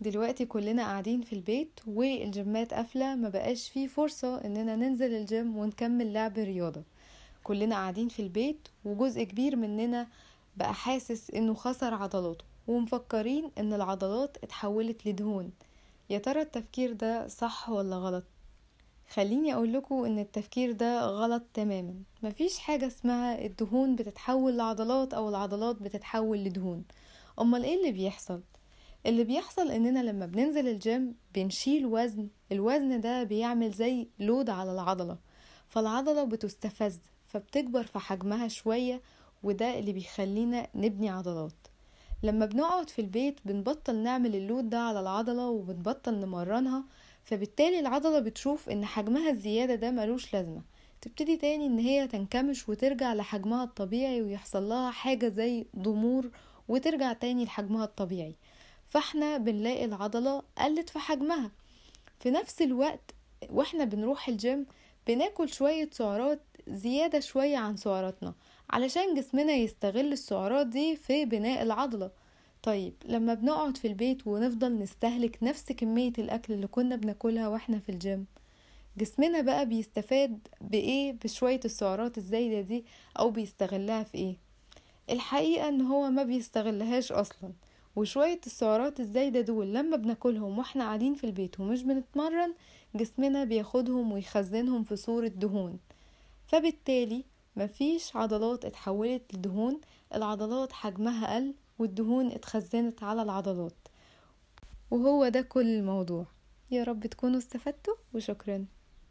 دلوقتي كلنا قاعدين في البيت والجيمات قافلة، ما بقاش فيه فرصة اننا ننزل الجيم ونكمل لعب رياضة. كلنا قاعدين في البيت وجزء كبير مننا بقى حاسس انه خسر عضلاته ومفكرين ان العضلات اتحولت لدهون. يا ترى التفكير ده صح ولا غلط؟ خليني اقول لكم ان التفكير ده غلط تماما. مفيش حاجة اسمها الدهون بتتحول لعضلات او العضلات بتتحول لدهون. امال ايه اللي بيحصل؟ اللي بيحصل اننا لما بننزل الجيم بنشيل وزن، الوزن ده بيعمل زي لود على العضلة، فالعضلة بتستفز فبتكبر في حجمها شوية، وده اللي بيخلينا نبني عضلات. لما بنقعد في البيت بنبطل نعمل اللود ده على العضلة وبنبطل نمرنها، فبالتالي العضلة بتشوف ان حجمها الزيادة ده ملوش لازمة، تبتدي تاني ان هي تنكمش وترجع لحجمها الطبيعي ويحصل لها حاجة زي ضمور وترجع تاني لحجمها الطبيعي. فاحنا بنلاقي العضلة قلت في حجمها. في نفس الوقت واحنا بنروح الجيم بناكل شوية سعرات زيادة شوية عن سعراتنا علشان جسمنا يستغل السعرات دي في بناء العضلة. طيب لما بنقعد في البيت ونفضل نستهلك نفس كمية الأكل اللي كنا بناكلها واحنا في الجيم، جسمنا بقى بيستفاد بإيه بشوية السعرات الزايدة دي؟ أو بيستغلها في إيه؟ الحقيقة ان هو ما بيستغلهاش اصلا. وشوية السعرات الزايدة دول لما بناكلهم واحنا قاعدين في البيت ومش بنتمرن، جسمنا بياخدهم ويخزنهم في صورة دهون، فبالتالي مفيش عضلات اتحولت لدهون، العضلات حجمها قل والدهون اتخزنت على العضلات. وهو ده كل الموضوع. يا رب تكونوا استفدتوا وشكرا.